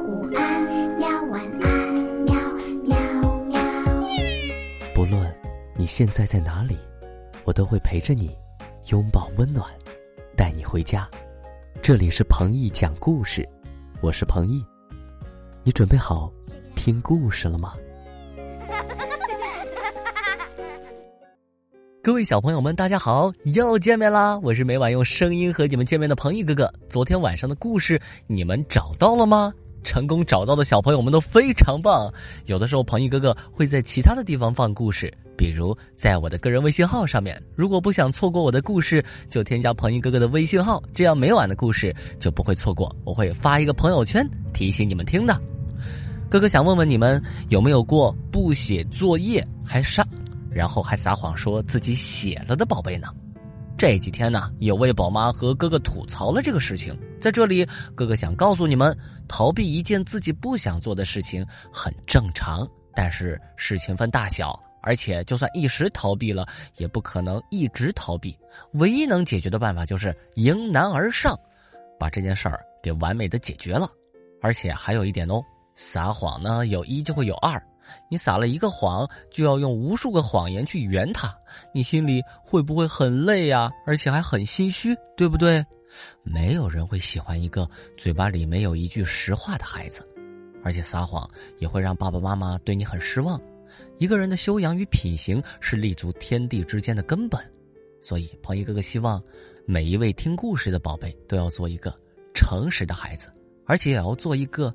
午安，喵晚安，喵喵喵。 不论你现在在哪里，我都会陪着你，拥抱温暖，带你回家。这里是彭毅讲故事，我是彭毅。你准备好听故事了吗？各位小朋友们大家好，又见面啦！我是每晚用声音和你们见面的彭毅哥哥。昨天晚上的故事你们找到了吗？成功找到的小朋友们都非常棒。有的时候彭毅哥哥会在其他的地方放故事，比如在我的个人微信号上面。如果不想错过我的故事，就添加彭毅哥哥的微信号，这样每晚的故事就不会错过。我会发一个朋友圈提醒你们听的。哥哥想问问你们，有没有过不写作业然后还撒谎说自己写了的宝贝呢？这几天呢，有位宝妈和哥哥吐槽了这个事情。在这里，哥哥想告诉你们，逃避一件自己不想做的事情很正常，但是事情分大小，而且就算一时逃避了，也不可能一直逃避。唯一能解决的办法就是迎难而上，把这件事儿给完美的解决了。而且还有一点哦，撒谎呢，有一就会有二。你撒了一个谎，就要用无数个谎言去圆它，你心里会不会很累啊？而且还很心虚，对不对？没有人会喜欢一个嘴巴里没有一句实话的孩子，而且撒谎也会让爸爸妈妈对你很失望。一个人的修养与品行是立足天地之间的根本，所以彭毅哥哥希望每一位听故事的宝贝都要做一个诚实的孩子，而且也要做一个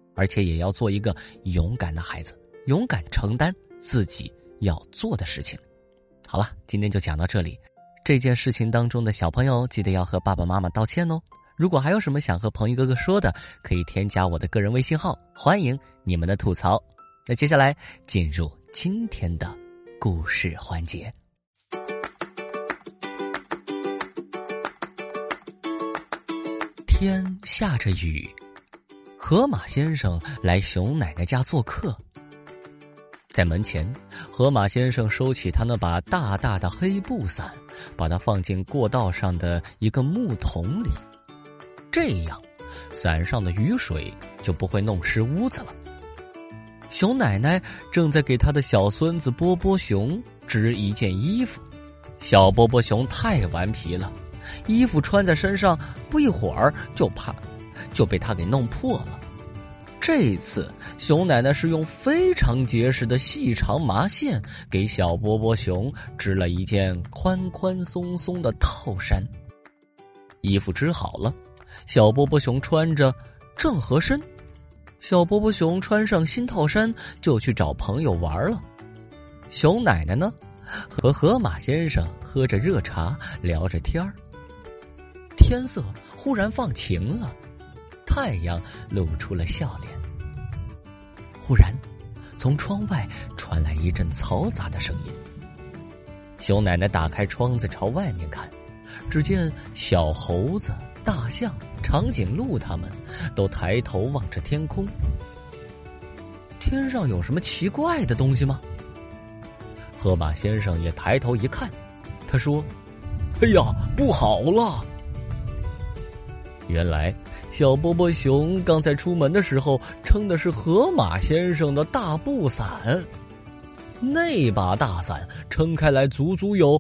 勇敢的孩子，勇敢承担自己要做的事情。好了，今天就讲到这里。这件事情当中的小朋友记得要和爸爸妈妈道歉哦。如果还有什么想和彭毅哥哥说的，可以添加我的个人微信号，欢迎你们的吐槽。那接下来进入今天的故事环节。天下着雨，河马先生来熊奶奶家做客。在门前，河马先生收起他那把大大的黑布伞，把它放进过道上的一个木桶里，这样伞上的雨水就不会弄湿屋子了。熊奶奶正在给她的小孙子波波熊织一件衣服。小波波熊太顽皮了，衣服穿在身上不一会儿就被他给弄破了。这一次熊奶奶是用非常结实的细长麻线给小波波熊织了一件宽宽松松的套衫。衣服织好了，小波波熊穿着正合身。小波波熊穿上新套衫就去找朋友玩了。熊奶奶呢，和河马先生喝着热茶聊着天儿。天色忽然放晴了，太阳露出了笑脸。忽然从窗外传来一阵嘈杂的声音。熊奶奶打开窗子朝外面看，只见小猴子、大象、长颈鹿他们都抬头望着天空。天上有什么奇怪的东西吗？河马先生也抬头一看，他说：哎呀，不好了！原来小波波熊刚才出门的时候撑的是河马先生的大布伞，那把大伞撑开来足足有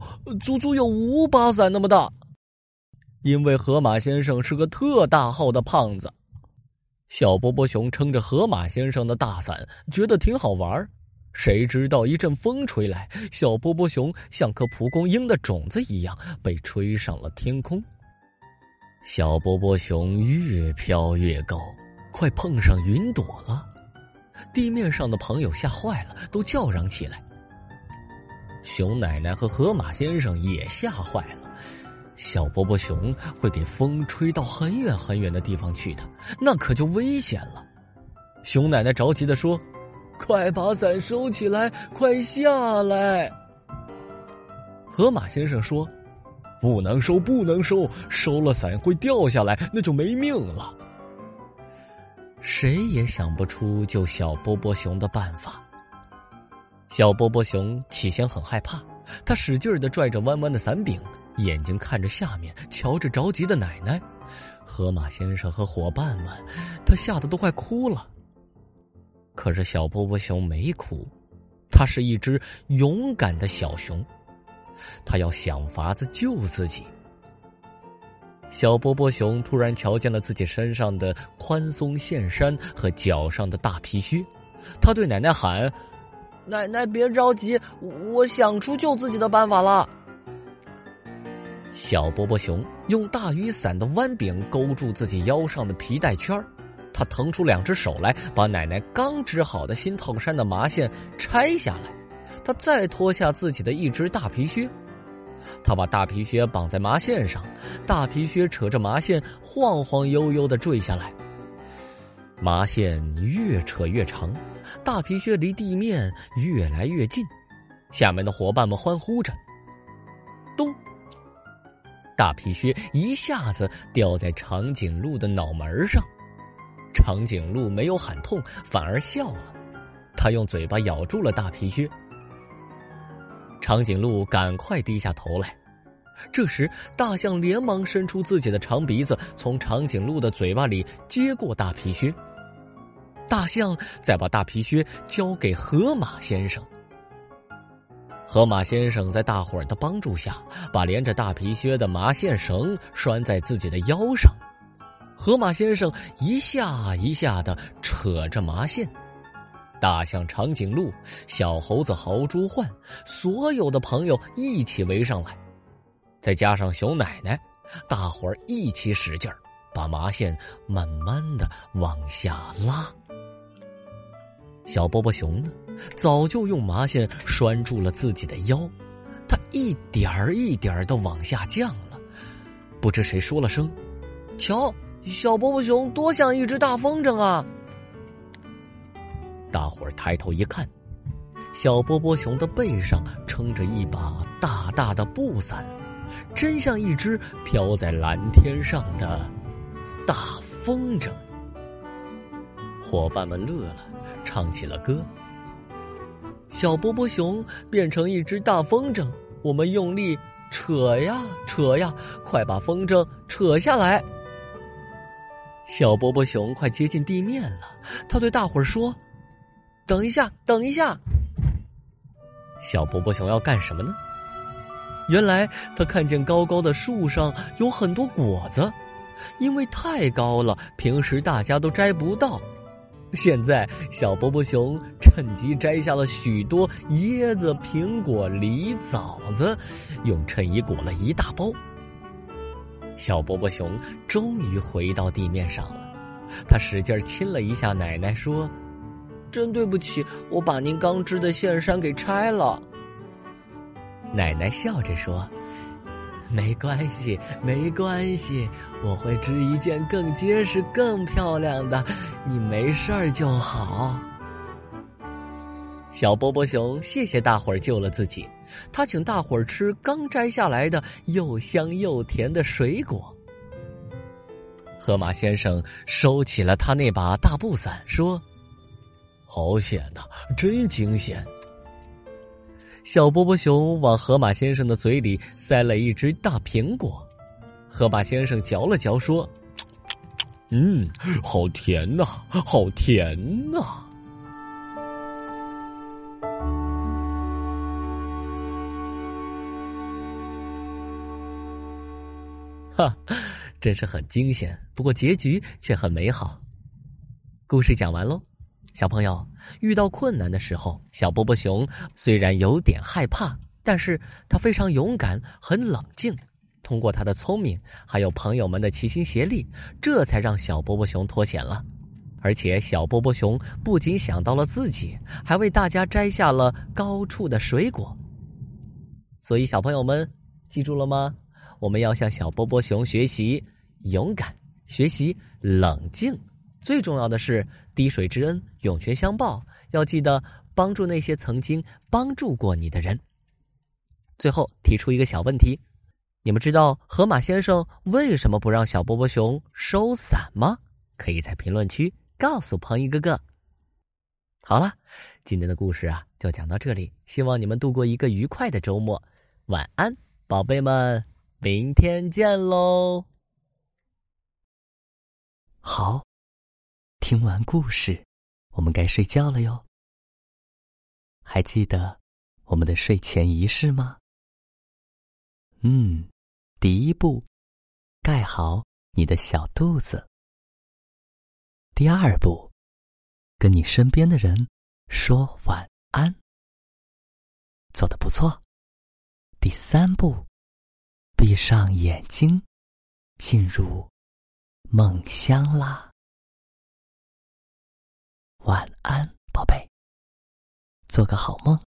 5把伞那么大。因为河马先生是个特大号的胖子，小波波熊撑着河马先生的大伞觉得挺好玩，谁知道一阵风吹来，小波波熊像颗蒲公英的种子一样被吹上了天空。小波波熊越飘越高，快碰上云朵了。地面上的朋友吓坏了，都叫嚷起来。熊奶奶和河马先生也吓坏了，小波波熊会给风吹到很远很远的地方去的，那可就危险了。熊奶奶着急地说：快把伞收起来，快下来！河马先生说：不能收，不能收，收了伞会掉下来，那就没命了。谁也想不出救小波波熊的办法。小波波熊起先很害怕，他使劲地拽着弯弯的伞柄，眼睛看着下面，瞧着着急的奶奶。河马先生和伙伴们他吓得都快哭了。可是小波波熊没哭，他是一只勇敢的小熊，他要想法子救自己。小波波熊突然瞧见了自己身上的宽松线衫和脚上的大皮靴，他对奶奶喊：“奶奶别着急，我想出救自己的办法了。”小波波熊用大雨伞的弯柄勾住自己腰上的皮带圈，他腾出2只手来，把奶奶刚织好的新套衫的麻线拆下来，他再脱下自己的一只大皮靴，他把大皮靴绑在麻线上，大皮靴扯着麻线晃晃悠悠地坠下来，麻线越扯越长，大皮靴离地面越来越近，下面的伙伴们欢呼着。咚！大皮靴一下子掉在长颈鹿的脑门上，长颈鹿没有喊痛，反而笑了，他用嘴巴咬住了大皮靴。长颈鹿赶快低下头来，这时大象连忙伸出自己的长鼻子，从长颈鹿的嘴巴里接过大皮靴。大象再把大皮靴交给河马先生。河马先生在大伙儿的帮助下，把连着大皮靴的麻线绳拴在自己的腰上。河马先生一下一下地扯着麻线，大象、长颈鹿、小猴子、豪猪獾，所有的朋友一起围上来，再加上熊奶奶，大伙儿一起使劲儿，把麻线慢慢地往下拉。小波波熊呢，早就用麻线拴住了自己的腰，他一点儿一点儿地往下降了。不知谁说了声：“瞧，小波波熊多像一只大风筝啊！”大伙儿抬头一看，小波波熊的背上撑着一把大大的布伞，真像一只飘在蓝天上的大风筝。伙伴们乐了，唱起了歌。小波波熊变成一只大风筝，我们用力扯呀扯呀，快把风筝扯下来。小波波熊快接近地面了，他对大伙儿说：“等一下，等一下！”小波波熊要干什么呢？原来他看见高高的树上有很多果子，因为太高了，平时大家都摘不到。现在小波波熊趁机摘下了许多椰子、苹果、梨、枣子，用衬衣裹了一大包。小波波熊终于回到地面上了，他使劲亲了一下奶奶，说：“真对不起，我把您刚织的线衫给拆了。”奶奶笑着说：“没关系，没关系，我会织一件更结实、更漂亮的，你没事儿就好。”小波波熊谢谢大伙儿救了自己，他请大伙儿吃刚摘下来的又香又甜的水果。河马先生收起了他那把大布伞，说：“好险呐，真惊险！”小波波熊往河马先生的嘴里塞了一只大苹果，河马先生嚼了嚼，说：“好甜呐，好甜呐！”哈，真是很惊险，不过结局却很美好。故事讲完喽。小朋友，遇到困难的时候，小波波熊虽然有点害怕，但是他非常勇敢，很冷静。通过他的聪明，还有朋友们的齐心协力，这才让小波波熊脱险了。而且小波波熊不仅想到了自己，还为大家摘下了高处的水果。所以小朋友们记住了吗？我们要向小波波熊学习勇敢，学习冷静。最重要的是滴水之恩，涌泉相报，要记得帮助那些曾经帮助过你的人。最后提出一个小问题，你们知道河马先生为什么不让小波波熊收伞吗？可以在评论区告诉鹏一哥哥。好了，今天的故事就讲到这里，希望你们度过一个愉快的周末。晚安，宝贝们，明天见喽。好。 听完故事，我们该睡觉了哟。还记得我们的睡前仪式吗？第一步，盖好你的小肚子。第二步，跟你身边的人说晚安。做得不错。第三步，闭上眼睛，进入梦乡啦。晚安，宝贝，做个好梦。